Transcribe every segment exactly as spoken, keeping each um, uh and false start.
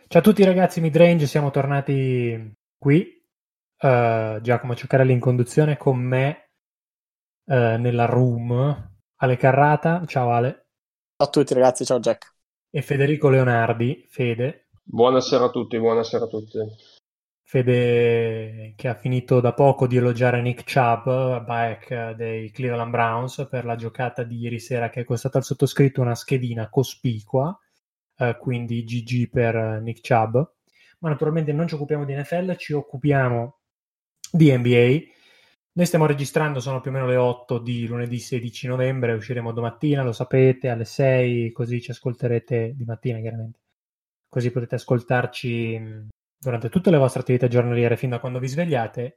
Ciao a tutti ragazzi, Midrange, siamo tornati qui. Uh, Giacomo Cioccarelli in conduzione, con me uh, nella room Ale Carrata, ciao Ale. Ciao a tutti ragazzi, ciao Jack. E Federico Leonardi, Fede. Buonasera a tutti, buonasera a tutti. Fede che ha finito da poco di elogiare Nick Chubb, back dei Cleveland Browns, per la giocata di ieri sera che è costata al sottoscritto una schedina cospicua, uh, quindi G G per Nick Chubb. Ma naturalmente non ci occupiamo di N F L, ci occupiamo di N B A. Noi stiamo registrando, sono più o meno le otto di lunedì sedici novembre, usciremo domattina, lo sapete, alle sei, così ci ascolterete di mattina chiaramente. Così potete ascoltarci durante tutte le vostre attività giornaliere fin da quando vi svegliate.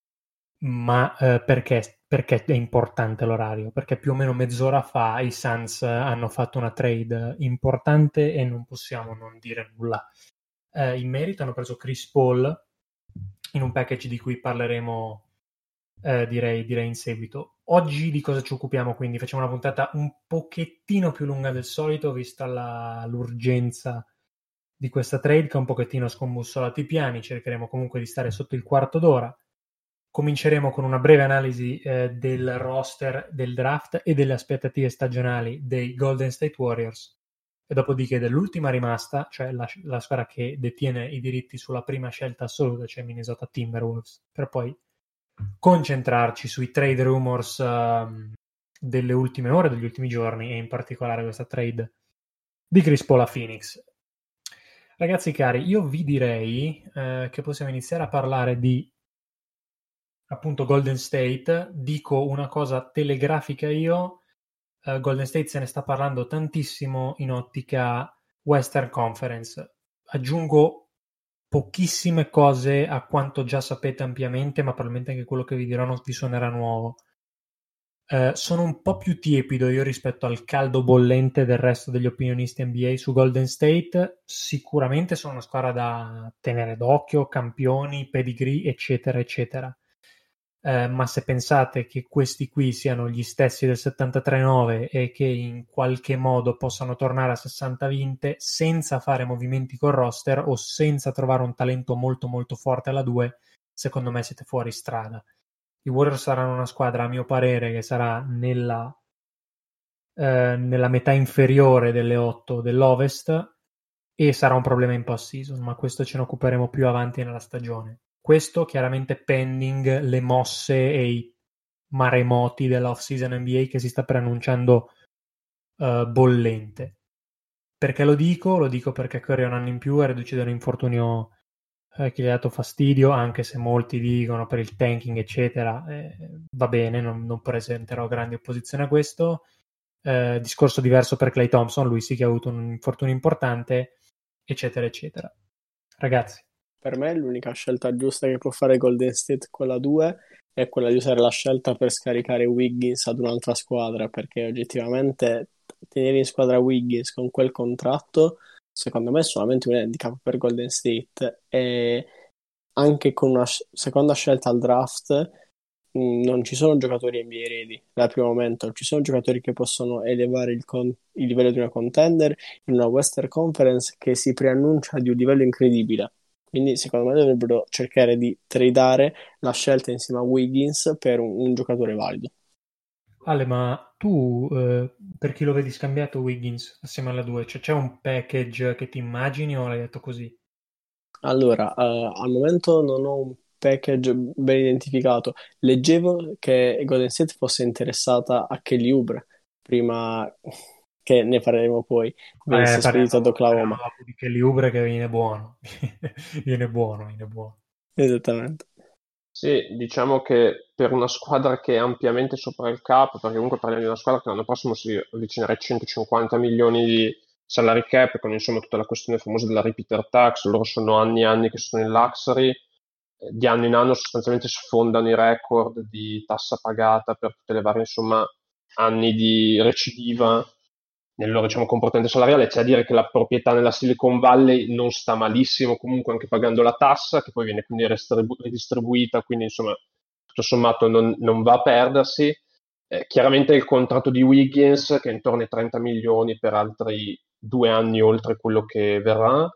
Ma eh, perché, perché è importante l'orario? Perché più o meno mezz'ora fa i Suns hanno fatto una trade importante e non possiamo non dire nulla. Eh, in merito hanno preso Chris Paul in un package di cui parleremo eh, direi, direi in seguito. Oggi di cosa ci occupiamo quindi? Facciamo una puntata un pochettino più lunga del solito vista la, l'urgenza di questa trade che è un pochettino scombussolato i piani, cercheremo comunque di stare sotto il quarto d'ora. Cominceremo con una breve analisi eh, del roster del draft e delle aspettative stagionali dei Golden State Warriors e dopodiché dell'ultima rimasta, cioè la, la squadra che detiene i diritti sulla prima scelta assoluta, cioè Minnesota Timberwolves, per poi concentrarci sui trade rumors uh, delle ultime ore, degli ultimi giorni, e in particolare questa trade di Chris Paul a Phoenix. Ragazzi cari, io vi direi eh, che possiamo iniziare a parlare di appunto Golden State. Dico una cosa telegrafica io, uh, Golden State se ne sta parlando tantissimo in ottica Western Conference. Aggiungo pochissime cose a quanto già sapete ampiamente, ma probabilmente anche quello che vi dirò non vi suonerà nuovo. Uh, sono un po' più tiepido io rispetto al caldo bollente del resto degli opinionisti N B A su Golden State. Sicuramente sono una squadra da tenere d'occhio, campioni, pedigree, eccetera, eccetera. Uh, ma se pensate che questi qui siano gli stessi del settantatré nove e che in qualche modo possano tornare a sessanta vinte senza fare movimenti col roster o senza trovare un talento molto molto forte alla due, secondo me siete fuori strada. I Warriors saranno una squadra, a mio parere, che sarà nella, eh, nella metà inferiore delle otto dell'Ovest e sarà un problema in post-season, ma questo ce ne occuperemo più avanti nella stagione. Questo chiaramente pending le mosse e i maremoti dell'off-season N B A che si sta preannunciando uh, bollente. Perché lo dico? Lo dico perché Curry ha un anno in più, è riduce da un infortunio eh, che gli ha dato fastidio, anche se molti dicono per il tanking eccetera, eh, va bene, non, non presenterò grandi opposizioni a questo. Eh, discorso diverso per Klay Thompson, lui sì che ha avuto un infortunio importante, eccetera eccetera. Ragazzi, Per me l'unica scelta giusta che può fare Golden State con la due è quella di usare la scelta per scaricare Wiggins ad un'altra squadra, perché oggettivamente tenere in squadra Wiggins con quel contratto secondo me è solamente un handicap per Golden State, e anche con una sc- seconda scelta al draft mh, non ci sono giocatori N B A ready dal primo momento, non ci sono giocatori che possono elevare il, con- il livello di una contender in una Western Conference che si preannuncia di un livello incredibile. Quindi secondo me dovrebbero cercare di tradare la scelta insieme a Wiggins per un, un giocatore valido. Ale, ma tu eh, per chi lo vedi scambiato Wiggins assieme alla due? Cioè, c'è un package che ti immagini o l'hai detto così? Allora, eh, al momento non ho un package ben identificato. Leggevo che Golden State fosse interessata a Kelly Oubre, prima che ne parleremo poi, Eh, venisse spedito parliamo, ad parliamo Oklahoma. dopo di Kelly Oubre che viene buono. Viene buono, viene buono. Esattamente. Sì, diciamo che per una squadra che è ampiamente sopra il cap, perché comunque parliamo di una squadra che l'anno prossimo si avvicinerà ai centocinquanta milioni di salary cap, con insomma tutta la questione famosa della repeater tax, loro sono anni e anni che sono in luxury, eh, di anno in anno sostanzialmente sfondano i record di tassa pagata per tutte le varie insomma anni di recidiva nel loro diciamo, comportamento salariale. C'è a dire che la proprietà nella Silicon Valley non sta malissimo, comunque anche pagando la tassa, che poi viene quindi restribu- ridistribuita, quindi insomma, tutto sommato non, non va a perdersi. Eh, chiaramente il contratto di Wiggins, che è intorno ai trenta milioni per altri due anni oltre quello che verrà,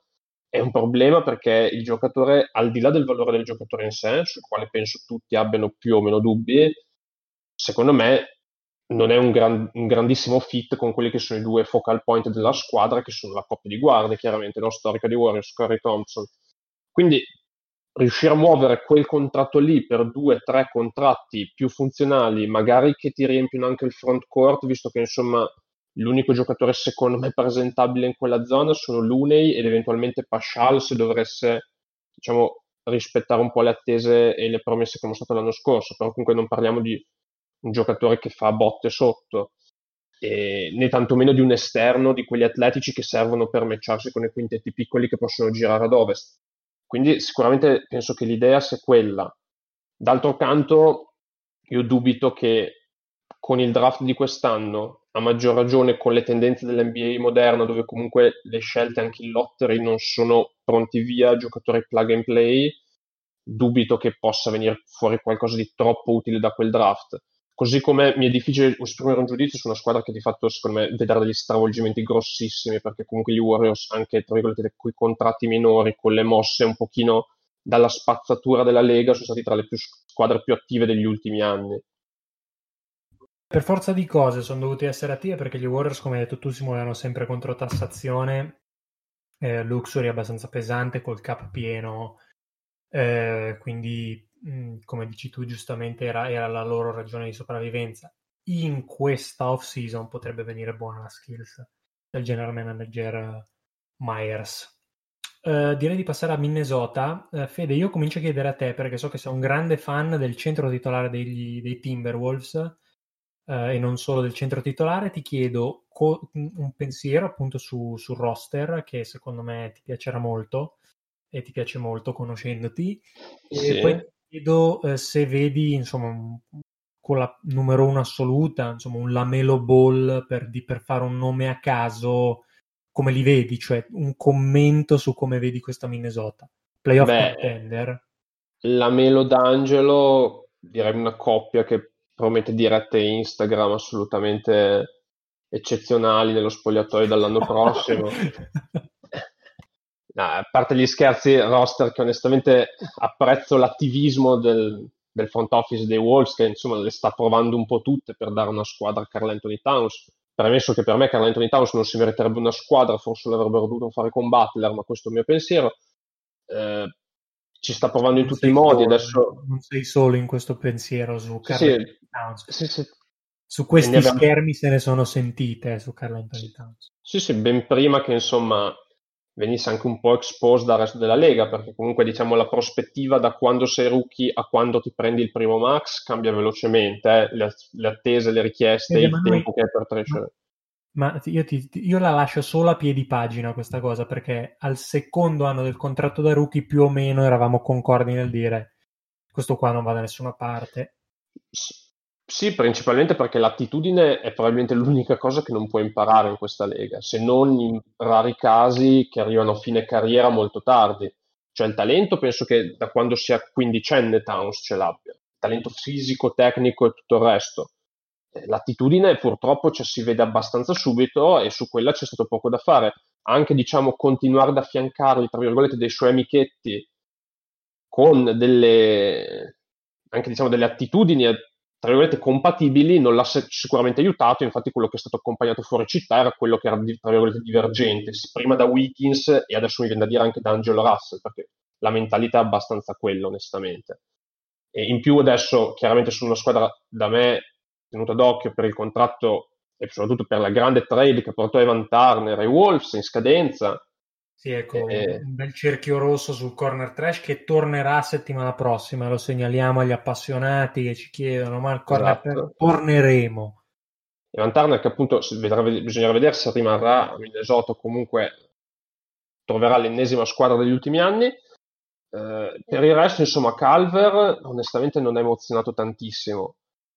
è un problema perché il giocatore, al di là del valore del giocatore in sé, sul quale penso tutti abbiano più o meno dubbi, secondo me non è un, gran- un grandissimo fit con quelli che sono i due focal point della squadra, che sono la coppia di guardie, chiaramente, no? Storica di Warriors, Curry Thompson. Quindi riuscire a muovere quel contratto lì per due, tre contratti più funzionali, magari che ti riempiono anche il front court, visto che insomma l'unico giocatore secondo me presentabile in quella zona sono Looney ed eventualmente Paschal se dovesse, diciamo, rispettare un po' le attese e le promesse che abbiamo stato l'anno scorso, però comunque non parliamo di un giocatore che fa botte sotto, e né tantomeno di un esterno di quegli atletici che servono per matcharsi con i quintetti piccoli che possono girare ad ovest. Quindi sicuramente penso che l'idea sia quella. D'altro canto, io dubito che con il draft di quest'anno, a maggior ragione con le tendenze dell'N B A moderna, dove comunque le scelte anche in lottery non sono pronti via, giocatori plug and play, dubito che possa venire fuori qualcosa di troppo utile da quel draft. Così come mi è difficile esprimere un giudizio su una squadra che di fatto, secondo me, vedrà degli stravolgimenti grossissimi, perché comunque gli Warriors, anche tra virgolette, con i contratti minori, con le mosse un pochino dalla spazzatura della Lega, sono stati tra le più squadre più attive degli ultimi anni. Per forza di cose sono dovuti essere attive perché gli Warriors, come hai detto tu, si muovevano sempre contro tassazione, eh, luxury abbastanza pesante, col cap pieno, eh, quindi mh, come dici tu giustamente era, era la loro ragione di sopravvivenza. In questa off-season potrebbe venire buona la skills del general manager Myers. Uh, direi di passare a Minnesota. Uh, Fede, io comincio a chiedere a te perché so che sei un grande fan del centro titolare degli, dei Timberwolves uh, e non solo del centro titolare. Ti chiedo co- un pensiero appunto su, sul roster che secondo me ti piacerà molto e ti piace molto conoscendoti. Sì. E poi ti chiedo uh, se vedi insomma un, con la numero uno assoluta, insomma un Lamelo Ball per, di, per fare un nome a caso, come li vedi, cioè un commento su come vedi questa Minnesota. Playoff Beh, contender. Lamelo D'Angelo, direi una coppia che promette dirette Instagram assolutamente eccezionali nello spogliatoio dall'anno prossimo. No, a parte gli scherzi, roster che onestamente apprezzo l'attivismo del, del front office dei Wolves, che insomma le sta provando un po' tutte per dare una squadra a Karl Anthony Towns. Premesso che per me Karl Anthony Towns non si meriterebbe una squadra, forse l'avrebbero dovuto fare con Butler, ma questo è il mio pensiero. Eh, ci sta provando in Non tutti i sei modi. solo, Adesso non sei solo in questo pensiero su sì, Karl sì, Anthony Towns. sì, sì. Su Ne questi abbiamo... schermi se ne sono sentite su Karl Anthony Sì, Towns. sì, sì, ben prima che insomma venisse anche un po' exposed dal resto della Lega, perché comunque diciamo la prospettiva da quando sei rookie a quando ti prendi il primo max cambia velocemente, eh. Le, le attese, le richieste, Fede, il ma noi, tempo che hai per ma, crescere. ma io, ti- ti- io la lascio solo a piedi pagina questa cosa, perché al secondo anno del contratto da rookie più o meno eravamo concordi nel dire questo qua non va da nessuna parte. S- Sì, principalmente perché l'attitudine è probabilmente l'unica cosa che non puoi imparare in questa lega, se non in rari casi che arrivano a fine carriera molto tardi. Cioè il talento penso che da quando sia quindicenne Towns ce l'abbia, talento fisico, tecnico e tutto il resto. Eh, L'attitudine purtroppo ci si vede abbastanza subito e su quella c'è stato poco da fare. Anche diciamo continuare ad affiancarli, tra virgolette, dei suoi amichetti con delle, anche diciamo, delle attitudini tra virgolette compatibili non l'ha sicuramente aiutato. Infatti quello che è stato accompagnato fuori città era quello che era tra virgolette divergente, prima da Wiggins e adesso mi viene da dire anche da Angelo Russell, perché la mentalità è abbastanza quella onestamente. E in più adesso chiaramente sono una squadra da me tenuta d'occhio per il contratto e soprattutto per la grande trade che portò Evan Turner ai Wolves in scadenza. Sì, ecco, un, E, un bel cerchio rosso sul corner trash che tornerà settimana prossima, lo segnaliamo agli appassionati che ci chiedono, ma il corner trash esatto. torneremo. Evan Turner che appunto si vedrà, bisognerà vedere se rimarrà a Minnesota o comunque troverà l'ennesima squadra degli ultimi anni. Eh, per il resto, insomma, Calver onestamente non ha emozionato tantissimo.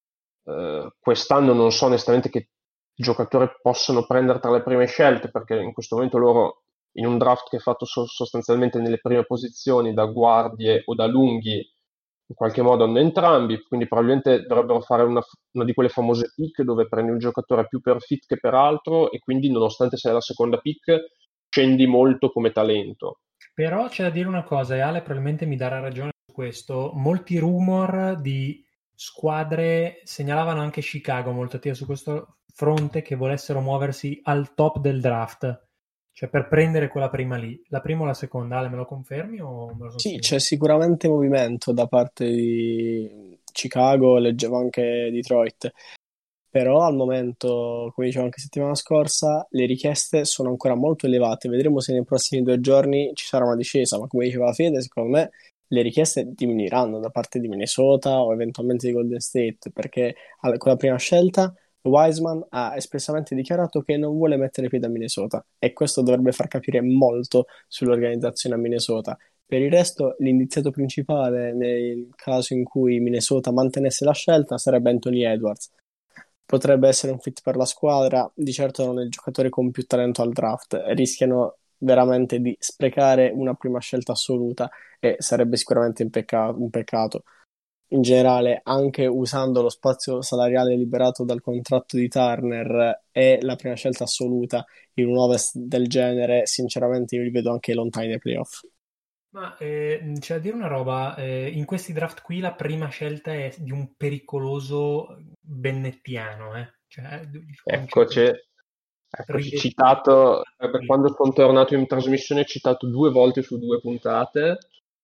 Eh, quest'anno non so onestamente che giocatore possono prendere tra le prime scelte, perché in questo momento loro, in un draft che è fatto so- sostanzialmente nelle prime posizioni da guardie o da lunghi, in qualche modo hanno entrambi, quindi probabilmente dovrebbero fare una, una di quelle famose pick dove prendi un giocatore più per fit che per altro e quindi nonostante sia la seconda pick scendi molto come talento. Però c'è da dire una cosa, e Ale probabilmente mi darà ragione su questo. Molti rumor di squadre segnalavano anche Chicago molto attiva su questo fronte, che volessero muoversi al top del draft, cioè per prendere quella prima lì. La prima o la seconda? Ale, me lo confermi o me lo Sì, sostieni? c'è sicuramente movimento da parte di Chicago, leggevo anche Detroit, però al momento, come dicevo anche settimana scorsa, le richieste sono ancora molto elevate. Vedremo se nei prossimi due giorni ci sarà una discesa, ma come diceva Fede, secondo me le richieste diminuiranno da parte di Minnesota o eventualmente di Golden State, perché al- con la prima scelta Wiseman ha espressamente dichiarato che non vuole mettere piede a Minnesota e questo dovrebbe far capire molto sull'organizzazione a Minnesota. Per il resto, l'indiziato principale nel caso in cui Minnesota mantenesse la scelta sarebbe Anthony Edwards. Potrebbe essere un fit per la squadra, di certo non è il giocatore con più talento al draft, rischiano veramente di sprecare una prima scelta assoluta e sarebbe sicuramente un pecca- un peccato. In generale, anche usando lo spazio salariale liberato dal contratto di Turner e la prima scelta assoluta in un Ovest del genere, sinceramente io li vedo anche lontani dai playoff. Ma eh, c'è da dire una roba, eh, in questi draft qui la prima scelta è di un pericoloso bennettiano, eh? Cioè, il concetto Eccoci, eccoci ridetto. citato, eh, per quando sono tornato in trasmissione, citato due volte su due puntate,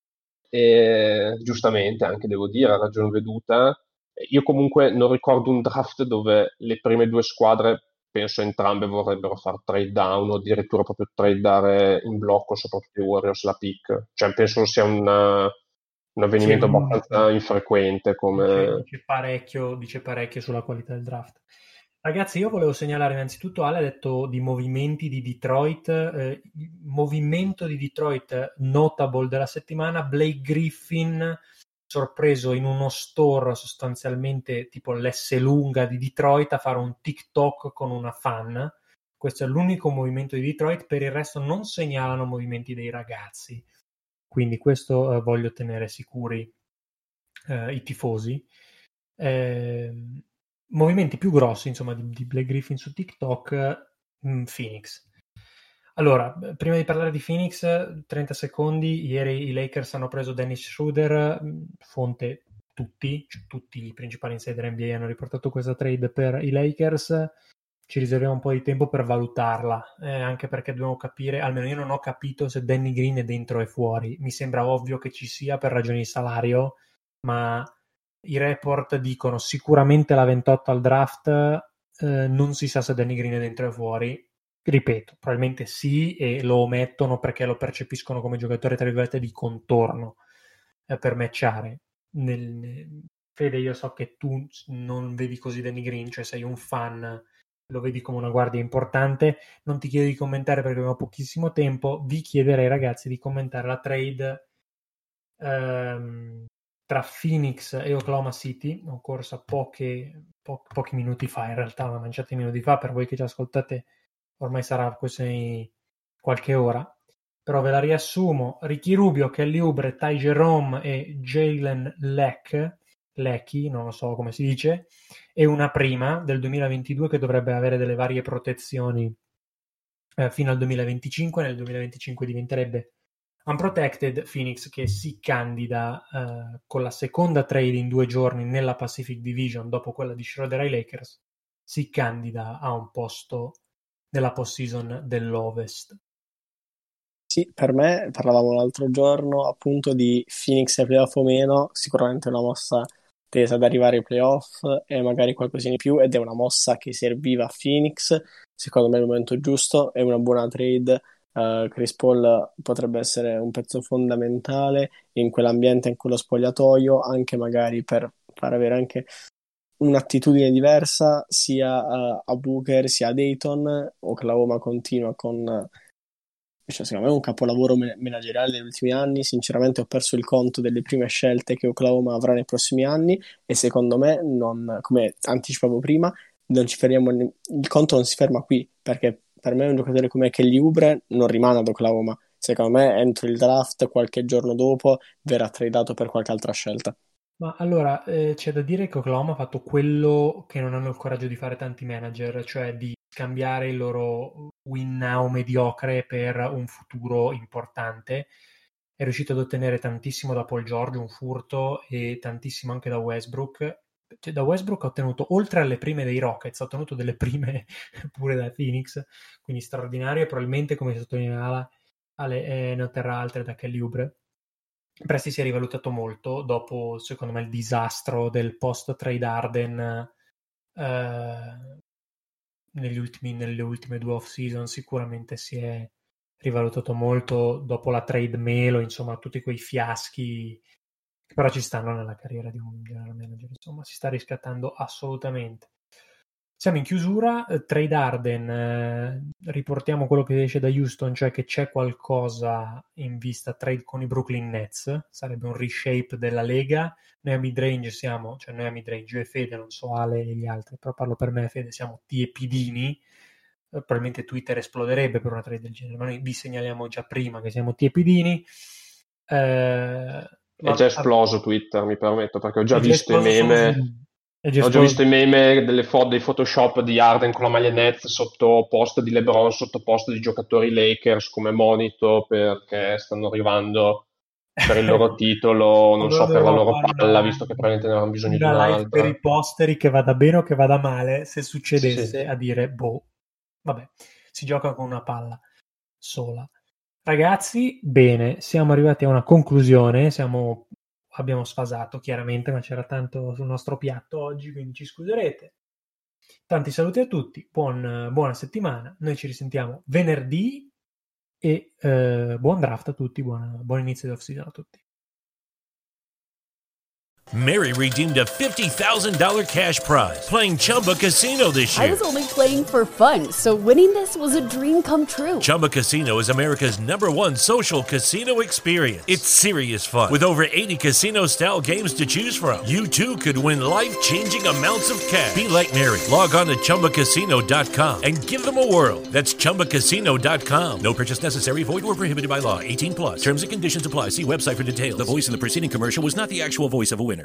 e giustamente anche devo dire, a ragion veduta. Io comunque non ricordo un draft dove le prime due squadre, penso entrambe vorrebbero far trade down o addirittura proprio tradare in blocco, soprattutto i Warriors, la pick. Cioè, penso sia un, un Sì, è avvenimento l'unico. abbastanza infrequente Dice, come... dice parecchio, dice parecchio sulla qualità del draft. Ragazzi, io volevo segnalare innanzitutto, Ale ha detto di movimenti di Detroit, eh, il movimento di Detroit notable della settimana, Blake Griffin sorpreso in uno store sostanzialmente tipo l'Esselunga di Detroit a fare un TikTok con una fan. Questo è l'unico movimento di Detroit, per il resto non segnalano movimenti dei ragazzi. Quindi questo eh, voglio tenere sicuri eh, i tifosi. Eh, movimenti più grossi, insomma, di, di Blake Griffin su TikTok, mh, Phoenix. Allora, prima di parlare di Phoenix, trenta secondi, ieri i Lakers hanno preso Dennis Schroeder, fonte tutti, cioè tutti i principali insider N B A hanno riportato questa trade per i Lakers, ci riserviamo un po' di tempo per valutarla, eh, anche perché dobbiamo capire, almeno io non ho capito se Danny Green è dentro e fuori, mi sembra ovvio che ci sia per ragioni di salario, ma i report dicono sicuramente la ventotto al draft, eh, non si sa se Danny Green è dentro e fuori. Ripeto, probabilmente sì, e lo omettono perché lo percepiscono come giocatore tra virgolette di contorno eh, per matchare. Nel... Fede, io so che tu non vedi così Danny Green, cioè sei un fan, lo vedi come una guardia importante. Non ti chiedo di commentare perché abbiamo pochissimo tempo. Vi chiederei, ragazzi, di commentare la trade ehm, tra Phoenix e Oklahoma City, occorsa poche, po- pochi minuti fa, in realtà una manciata di minuti fa, per voi che ci ascoltate ormai sarà questione di qualche ora, però ve la riassumo. Ricky Rubio, Kelly Oubre, Ty Jerome e Jalen Leck, Lecchi, non lo so come si dice, e una prima del duemilaventidue che dovrebbe avere delle varie protezioni eh, fino al duemilaventicinque. Nel duemilaventicinque diventerebbe Unprotected. Phoenix che si candida eh, con la seconda trade in due giorni nella Pacific Division dopo quella di Schroeder ai Lakers, si candida a un posto nella postseason dell'Ovest. Sì, per me parlavamo l'altro giorno appunto di Phoenix ai playoff o meno, sicuramente una mossa tesa ad arrivare ai playoff e magari qualcosina in più ed è una mossa che serviva a Phoenix, secondo me è il momento giusto, è una buona trade, uh, Chris Paul potrebbe essere un pezzo fondamentale in quell'ambiente, in quello spogliatoio, anche magari per far avere anche un'attitudine diversa sia uh, a Booker sia a Dayton. Oklahoma continua con cioè, secondo me è un capolavoro manageriale negli ultimi anni. Sinceramente ho perso il conto delle prime scelte che Oklahoma avrà nei prossimi anni e secondo me, non, come anticipavo prima, non ci fermiamo, il conto non si ferma qui, perché per me un giocatore come Kelly Oubre non rimane ad Oklahoma. Secondo me entro il draft, qualche giorno dopo, verrà tradato per qualche altra scelta. Ma allora, eh, c'è da dire che Oklahoma ha fatto quello che non hanno il coraggio di fare tanti manager, cioè di scambiare il loro win now mediocre per un futuro importante. È riuscito ad ottenere tantissimo da Paul George, un furto, e tantissimo anche da Westbrook. Cioè, da Westbrook ha ottenuto, oltre alle prime dei Rockets, ha ottenuto delle prime pure da Phoenix, quindi straordinario, e probabilmente, come sottolineava Ale, eh, ne otterrà altre da Kelly Oubre. Presti si è rivalutato molto dopo, secondo me, il disastro del post-trade Harden eh, negli ultimi, nelle ultime due off-season. Sicuramente si è rivalutato molto dopo la trade Melo, insomma, tutti quei fiaschi che però ci stanno nella carriera di un general manager, insomma, si sta riscattando assolutamente. Siamo in chiusura, eh, trade Harden, eh, riportiamo quello che esce da Houston, cioè che c'è qualcosa in vista trade con i Brooklyn Nets, sarebbe un reshape della Lega. Noi a midrange siamo, cioè noi a midrange, io e Fede, non so Ale e gli altri, però parlo per me e Fede, siamo tiepidini, eh, probabilmente Twitter esploderebbe per una trade del genere, ma noi vi segnaliamo già prima che siamo tiepidini. Eh, È già esploso a... Twitter, mi permetto, perché ho già visto i meme... Ho già esploso. visto i meme delle foto, dei Photoshop di Harden con la maglia Nets sotto post di LeBron, sotto post di giocatori Lakers come monito, perché stanno arrivando per il loro titolo, non so, per la loro palla, palla, visto che probabilmente ne avevano bisogno di un'altra. Per i posteri, che vada bene o che vada male, se succedesse, sì. a dire, boh, vabbè, si gioca con una palla sola. Ragazzi, bene, siamo arrivati a una conclusione, siamo... abbiamo sfasato chiaramente, ma c'era tanto sul nostro piatto oggi, quindi ci scuserete. Tanti saluti a tutti, buon, buona settimana, noi ci risentiamo venerdì e eh, buon draft a tutti, buona, buon inizio di off-season a tutti. Mary redeemed a fifty thousand dollars cash prize playing Chumba Casino this year. I was only playing for fun, so winning this was a dream come true. Chumba Casino is America's number one social casino experience. It's serious fun. With over eighty casino-style games to choose from, you too could win life-changing amounts of cash. Be like Mary. Log on to Chumba Casino dot com and give them a whirl. That's Chumba Casino dot com. No purchase necessary. Void or prohibited by law. eighteen plus. Terms and conditions apply. See website for details. The voice in the preceding commercial was not the actual voice of a winner.